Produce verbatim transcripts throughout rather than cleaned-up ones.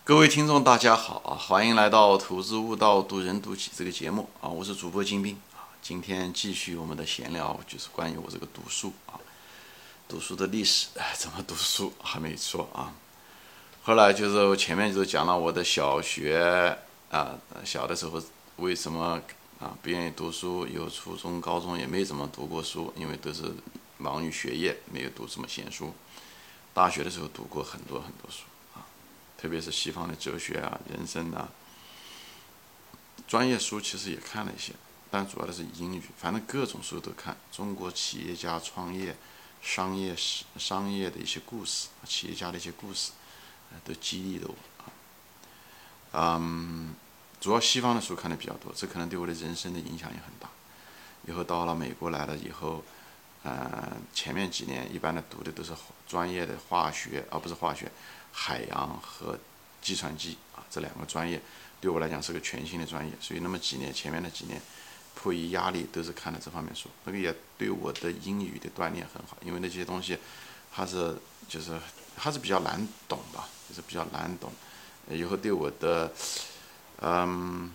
各位听众，大家好啊！欢迎来到《投资悟道，渡人渡己》这个节目啊！我是主播金兵啊。今天继续我们的闲聊，就是关于我这个读书啊，读书的历史，哎，怎么读书还没说啊。后来就是前面就是讲了我的小学啊，小的时候为什么啊不愿意读书，有初中、高中也没怎么读过书，因为都是忙于学业，没有读什么闲书。大学的时候读过很多很多书。特别是西方的哲学啊、人生啊，专业书其实也看了一些，但主要的是英语，反正各种书都看。中国企业家创业、商业史、商业的一些故事，企业家的一些故事，都激励了我啊。嗯，主要西方的书看的比较多，这可能对我的人生的影响也很大。以后到了美国来了以后，呃，前面几年一般的读的都是专业的化学，而不是化学。海洋和计算机啊，这两个专业对我来讲是个全新的专业，所以那么几年前面的几年，迫于压力都是看的这方面书，那个也对我的英语的锻炼很好，因为那些东西还是就是还是比较难懂吧，就是比较难懂，以后对我的嗯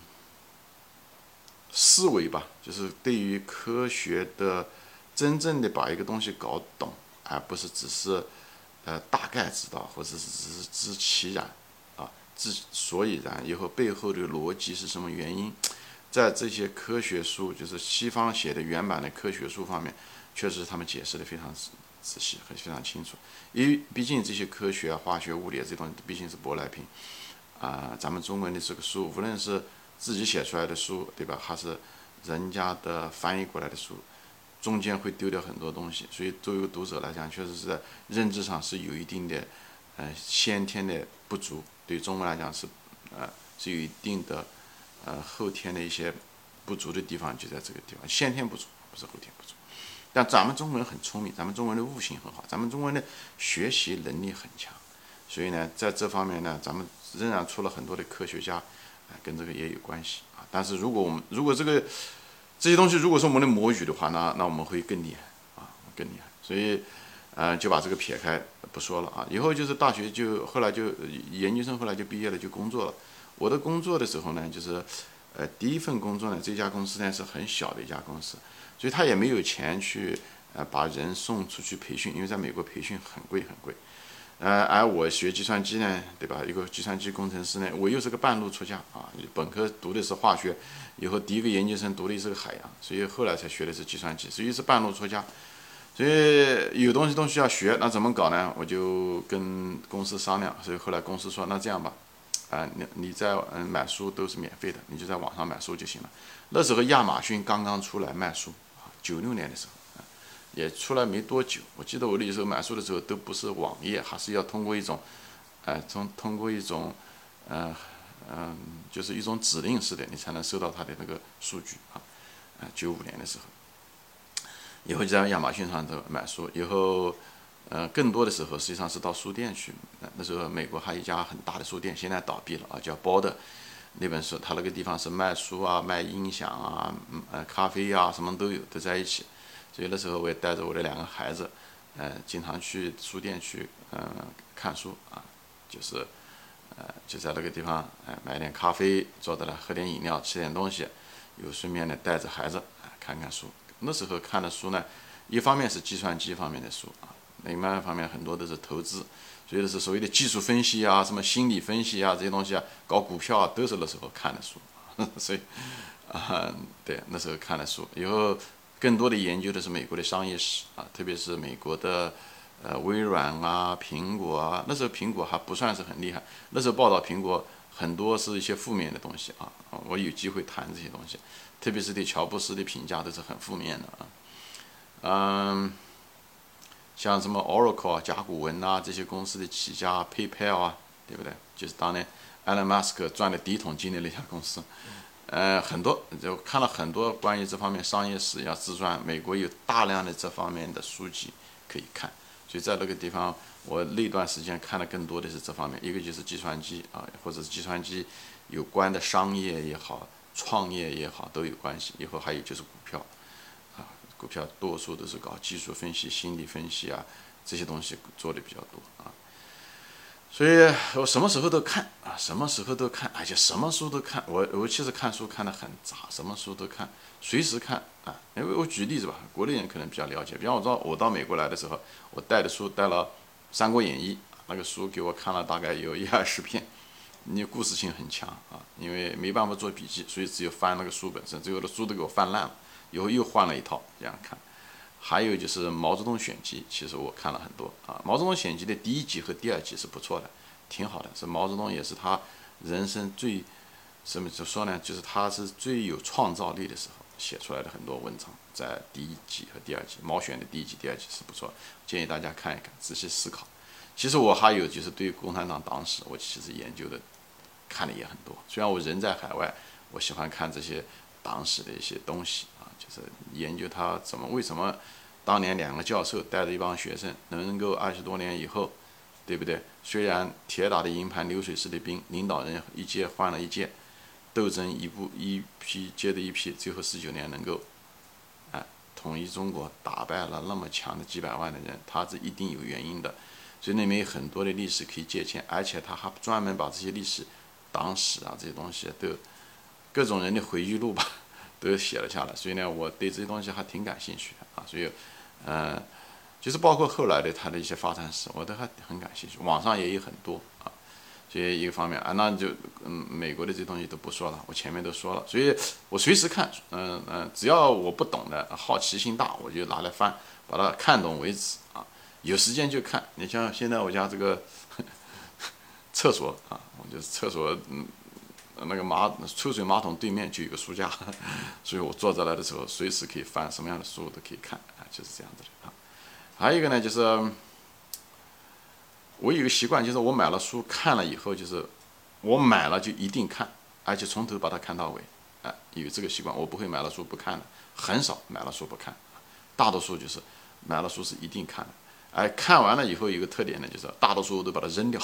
思维吧，就是对于科学的真正的把一个东西搞懂，而不是只是。呃，大概知道，或者是只是知其然，啊，知所以然，以后背后的逻辑是什么原因，在这些科学书，就是西方写的原版的科学书方面，确实他们解释的非常仔细和非常清楚。因为毕竟这些科学、化学、物理这些东西毕竟是舶来品，啊、呃，咱们中文的这个书，无论是自己写出来的书，对吧，还是人家的翻译过来的书。中间会丢掉很多东西，所以作为一个读者来讲，确实是在认知上是有一定的，呃，先天的不足。对中文来讲是，呃，是有一定的，呃，后天的一些不足的地方就在这个地方，先天不足，不是后天不足。但咱们中文很聪明，咱们中文的悟性很好，咱们中文的学习能力很强，所以呢，在这方面呢，咱们仍然出了很多的科学家，呃，跟这个也有关系啊。但是如果我们如果这个这些东西如果说我们的母语的话，那那我们会更厉害啊，更厉害。所以，呃，就把这个撇开不说了啊。以后就是大学就后来就研究生，后来就毕业了就工作了。我的工作的时候呢，就是呃第一份工作呢，这家公司呢是很小的一家公司，所以他也没有钱去呃把人送出去培训，因为在美国培训很贵很贵。呃，而我学计算机呢，对吧？一个计算机工程师呢，我又是个半路出家啊。本科读的是化学，以后第一个研究生读的是个海洋，所以后来才学的是计算机，所以是半路出家。所以有东西都需要学，那怎么搞呢？我就跟公司商量，所以后来公司说，那这样吧，啊、呃，你你在嗯买书都是免费的，你就在网上买书就行了。那时候亚马逊刚刚出来卖书啊，九六年的时候。也出来没多久，我记得我那时候买书的时候都不是网页，还是要通过一种，呃，从通过一种，呃，嗯、呃，就是一种指令式的，你才能收到它的那个数据啊。呃，九五年的时候，以后就在亚马逊上头买书，以后，呃，更多的时候实际上是到书店去。那时候美国还有一家很大的书店，现在倒闭了啊，叫 Border。那本书，它那个地方是卖书啊、卖音响啊、呃、咖啡啊，什么都有，都在一起。所以那时候我也带着我的两个孩子，呃，经常去书店去，嗯、呃，看书啊，就是，呃，就在那个地方，呃，买点咖啡，坐在那喝点饮料，吃点东西，又顺便呢带着孩子啊看看书。那时候看的书呢，一方面是计算机方面的书啊，另外一方面很多都是投资，所以是所谓的技术分析啊、什么心理分析啊这些东西啊，搞股票啊，都是那时候看的书。所以，啊，对，那时候看的书以后。更多的研究的是美国的商业史啊，特别是美国的呃微软啊、苹果啊。那时候苹果还不算是很厉害，那时候报道苹果很多是一些负面的东西啊。我有机会谈这些东西，特别是对乔布斯的评价都是很负面的啊。嗯，像什么 Oracle 啊、甲骨文啊这些公司的起家 ，PayPal 啊，对不对？就是当年 Elon Musk 赚了第一桶金的那家公司。呃，很多就看了很多关于这方面商业史呀、自传，美国有大量的这方面的书籍可以看，所以在那个地方，我那段时间看的更多的是这方面，一个就是计算机啊，或者是计算机有关的商业也好、创业也好都有关系。以后还有就是股票，啊，股票多数都是搞技术分析、心理分析啊这些东西做的比较多啊。所以我什么时候都看啊， 啊，什么时候都看，而且什么书都看。我我其实看书看得很杂，什么书都看，随时看啊。因为我举例子吧，国内人可能比较了解。比方我知道我到美国来的时候，我带的书带了《三国演义》，那个书给我看了大概有一二十篇，你故事性很强啊。因为没办法做笔记，所以只有翻那个书本身，最后的书都给我翻烂了，以后又换了一套这样看。还有就是毛泽东选集，其实我看了很多啊。毛泽东选集的第一集和第二集是不错的，挺好的。是毛泽东也是他人生最什么就说呢？就是他是最有创造力的时候写出来的很多文章，在第一集和第二集，毛选的第一集、第二集是不错，建议大家看一看，仔细思考。其实我还有就是对共产党党史，我其实研究的看的也很多。虽然我人在海外，我喜欢看这些党史的一些东西啊，就是研究他怎么为什么当年两个教授带着一帮学生能够二十多年以后，对不对？虽然铁打的营盘流水式的兵，领导人一届换了一届，斗争一步一批接着一批，最后十九年能够，哎，统一中国，打败了那么强的几百万的人，他是一定有原因的。所以那边有很多的历史可以借鉴，而且他还专门把这些历史、党史啊这些东西都各种人的回忆录吧，都写了下来。所以呢，我对这些东西还挺感兴趣的啊。所以，呃，就是包括后来的他的一些发展史，我都还很感兴趣。网上也有很多啊。所以一个方面啊，那就嗯，美国的这些东西都不说了，我前面都说了。所以我随时看，嗯嗯，只要我不懂的，好奇心大，我就拿来翻，把它看懂为止啊。有时间就看。你像现在我家这个厕所啊，我就是厕所，嗯，那个马抽水马桶对面就有个书架，所以我坐在那的时候，随时可以翻，什么样的书都可以看啊，就是这样子的啊。还有一个呢，就是我有一个习惯，就是我买了书看了以后，就是我买了就一定看，而且从头把它看到尾，啊，有这个习惯，我不会买了书不看的，很少买了书不看，大多数就是买了书是一定看的。哎，看完了以后有个特点呢，就是大多数我都把它扔掉，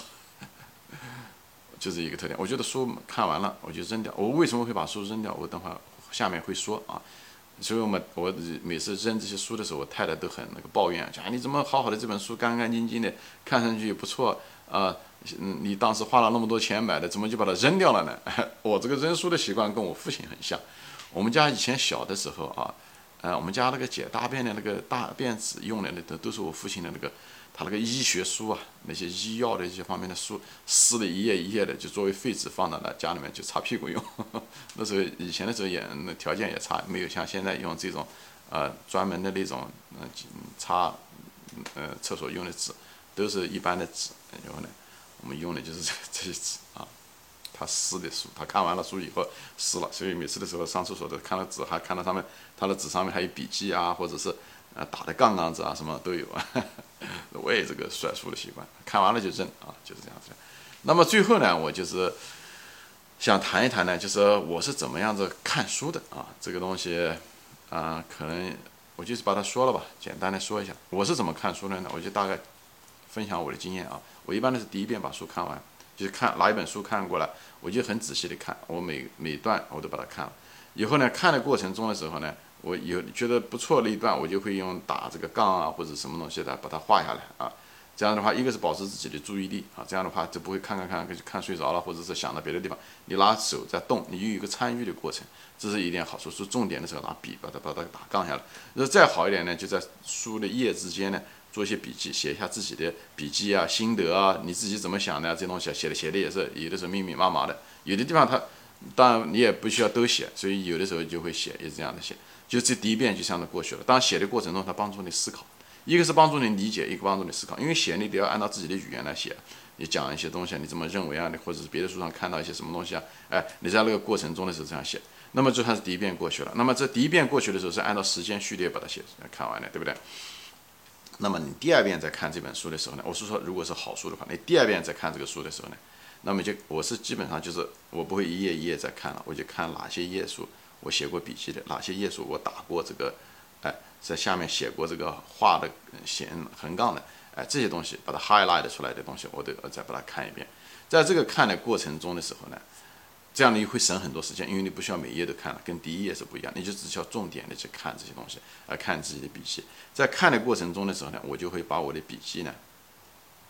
就是一个特点。我觉得书看完了我就扔掉。我为什么会把书扔掉？我等会儿下面会说啊。所以我们我每次扔这些书的时候，我太太都很那个抱怨，讲、哎、你怎么好好的这本书干干净净的，看上去也不错啊、呃，你当时花了那么多钱买的，怎么就把它扔掉了呢？我这个扔书的习惯跟我父亲很像。我们家以前小的时候啊。呃，我们家那个解大便的那个大便纸用的那都都是我父亲的那个，他那个医学书啊，那些医药的一些方面的书，撕了一页一页的，就作为废纸放到那家里面就擦屁股用。那时候以前的时候也那条件也差，没有像现在用这种，呃，专门的那种呃擦，呃厕所用的纸，都是一般的纸。然后呢，我们用的就是这这些纸啊。他撕的书，他看完了书以后撕了，所以每次的时候上厕所都看到纸，还看到上面他的纸上面还有笔记啊，或者是呃打的杠杠子啊，什么都有啊。我也这个甩书的习惯，看完了就扔啊，就是这样子。那么最后呢，我就是想谈一谈呢，就是我是怎么样子看书的啊，这个东西啊，可能我就是把它说了吧，简单的说一下我是怎么看书的呢？我就大概分享我的经验啊。我一般都是第一遍把书看完。就是看哪一本书看过来，我就很仔细的看，我每每段我都把它看了。以后呢，看的过程中的时候呢，我有觉得不错的一段，我就会用打这个杠啊或者什么东西来把它画下来啊。这样的话，一个是保持自己的注意力啊，这样的话就不会看看看就看睡着了，或者是想到别的地方。你拿手在动，你有一个参与的过程，这是一点好处。是重点的时候拿笔把它把它打杠下来。如果再好一点呢，就在书的页之间呢。做一些笔记，写一下自己的笔记啊、心得啊，你自己怎么想的、啊、这些东西写的写的也是有的时候密密麻麻的，有的地方它当然你也不需要都写，所以有的时候就会写，也是这样的写，就这第一遍就这样的过去了。当然写的过程中，它帮助你思考，一个是帮助你理解，一个帮助你思考，因为写你得要按照自己的语言来写，你讲一些东西，你这么认为啊，或者是别的书上看到一些什么东西啊，哎，你在那个过程中的时候这样写，那么这还是第一遍过去了。那么这第一遍过去的时候是按照时间序列把它写看完的，对不对？那么你第二遍再看这本书的时候呢，我是说，如果是好书的话，你第二遍再看这个书的时候呢，那么就我是基本上就是我不会一页一页再看了，我就看哪些页数我写过笔记的，哪些页数我打过这个，哎，在下面写过这个画的线横杠的，哎，这些东西把它 highlight 出来的东西，我都再把它看一遍。在这个看的过程中的时候呢，这样你会省很多时间，因为你不需要每页都看了，跟第一页是不一样，你就只需要重点的去看这些东西，来看自己的笔记。在看的过程中的时候呢，我就会把我的笔记呢，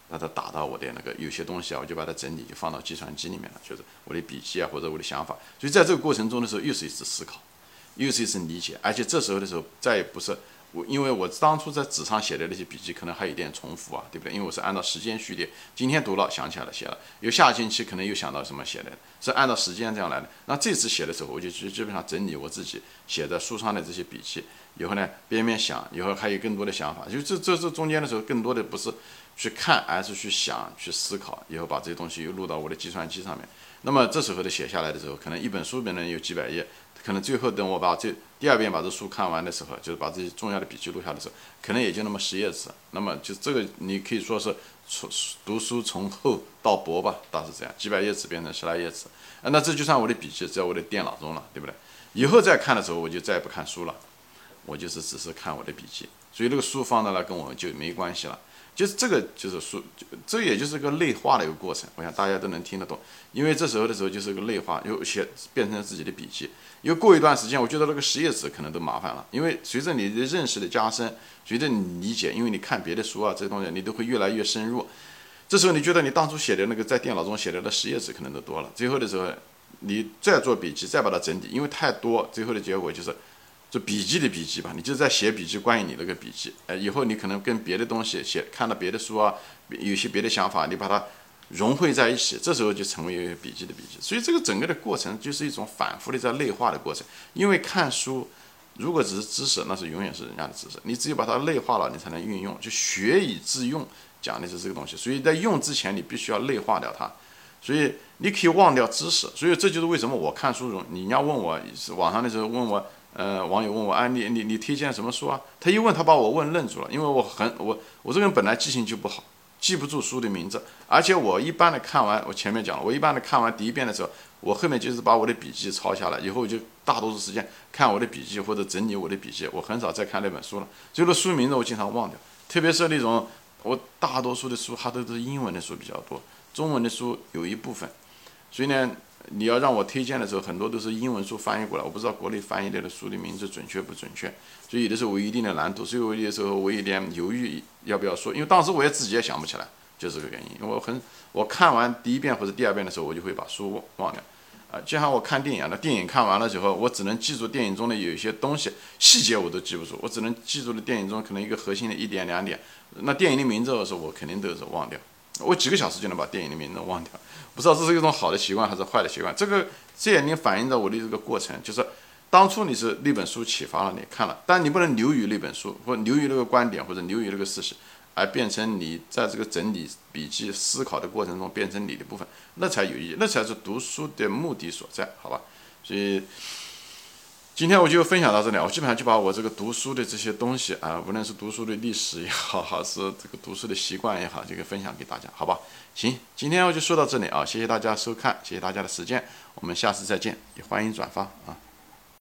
让它打到我的那个有些东西啊，我就把它整理，就放到计算机里面了，就是我的笔记啊或者我的想法。所以在这个过程中的时候，又是一次思考，又是一次理解，而且这时候的时候再也不是。我因为我当初在纸上写的那些笔记，可能还有点重复啊，对不对？因为我是按照时间序列，今天读了想起来了写了，有下星期可能又想到什么写的，是按照时间这样来的。那这次写的时候，我就基本上整理我自己写在书上的这些笔记，以后呢边边想，以后还有更多的想法。就这这这中间的时候，更多的不是去看，而是去想、去思考，以后把这些东西又录到我的计算机上面。那么这时候的写下来的时候，可能一本书本能有几百页。可能最后等我把这第二遍把这书看完的时候，就是把这些重要的笔记录下的时候，可能也就那么十页纸。那么就这个你可以说是从读书从厚到薄吧，大是这样，几百页纸变成十来页纸。那这就算我的笔记在我的电脑中了，对不对？以后再看的时候，我就再也不看书了，我就是只是看我的笔记。所以这个书放在那跟我就没关系了。就是这个就是书，这也就是个内化的一个过程，我想大家都能听得懂。因为这时候的时候就是个内化，又写变成自己的笔记。因为过一段时间，我觉得那个十页纸可能都麻烦了，因为随着你的认识的加深，随着你理解，因为你看别的书啊，这些东西你都会越来越深入。这时候你觉得你当初写的那个在电脑中写的那十页纸可能都多了，最后的时候你再做笔记，再把它整理，因为太多，最后的结果就是。就笔记的笔记吧，你就在写笔记，关于你那个笔记，呃，以后你可能跟别的东西写，看到别的书啊，有些别的想法，你把它融汇在一起，这时候就成为一个笔记的笔记。所以这个整个的过程就是一种反复的在内化的过程。因为看书，如果只是知识，那是永远是人家的知识，你只有把它内化了，你才能运用。就学以致用，讲的是这个东西。所以在用之前，你必须要内化掉它。所以你可以忘掉知识，所以这就是为什么我看书容。你要问我网上的时候问我。呃，网友问我，啊，你你你推荐什么书啊？他一问，他把我问愣住了，因为我很我我这个人本来记性就不好，记不住书的名字，而且我一般的看完，我前面讲了，我一般的看完第一遍的时候，我后面就是把我的笔记抄下来，以后就大多数时间看我的笔记或者整理我的笔记，我很少再看那本书了。所以说书名字我经常忘掉，特别是那种我大多数的书，它都是英文的书比较多，中文的书有一部分，所以呢。你要让我推荐的时候，很多都是英文书翻译过来，我不知道国内翻译的书的名字准确不准确，所以有的时候我有一定的难度，所以我有的时候我有点犹豫要不要说，因为当时我也自己也想不起来，就是这个原因。因为我很我看完第一遍或者第二遍的时候，我就会把书忘掉，啊，就像我看电影的，电影看完了之后，我只能记住电影中的有一些东西，细节我都记不住，我只能记住了电影中可能一个核心的一点两点，那电影的名字的时候，我肯定都是忘掉。我几个小时就能把电影的名字忘掉，不知道这是一种好的习惯还是坏的习惯。这个这也能反映着我的这个过程，就是当初你是那本书启发了你看了，但你不能流于那本书，或流于那个观点，或者流于那个事实，而变成你在这个整理笔记思考的过程中变成你的部分，那才有意义，那才是读书的目的所在，好吧？所以。今天我就分享到这里，我基本上就把我这个读书的这些东西啊，无论是读书的历史也好，还是这个读书的习惯也好，这个分享给大家，好吧？行，今天我就说到这里啊，谢谢大家收看，谢谢大家的时间，我们下次再见，也欢迎转发啊。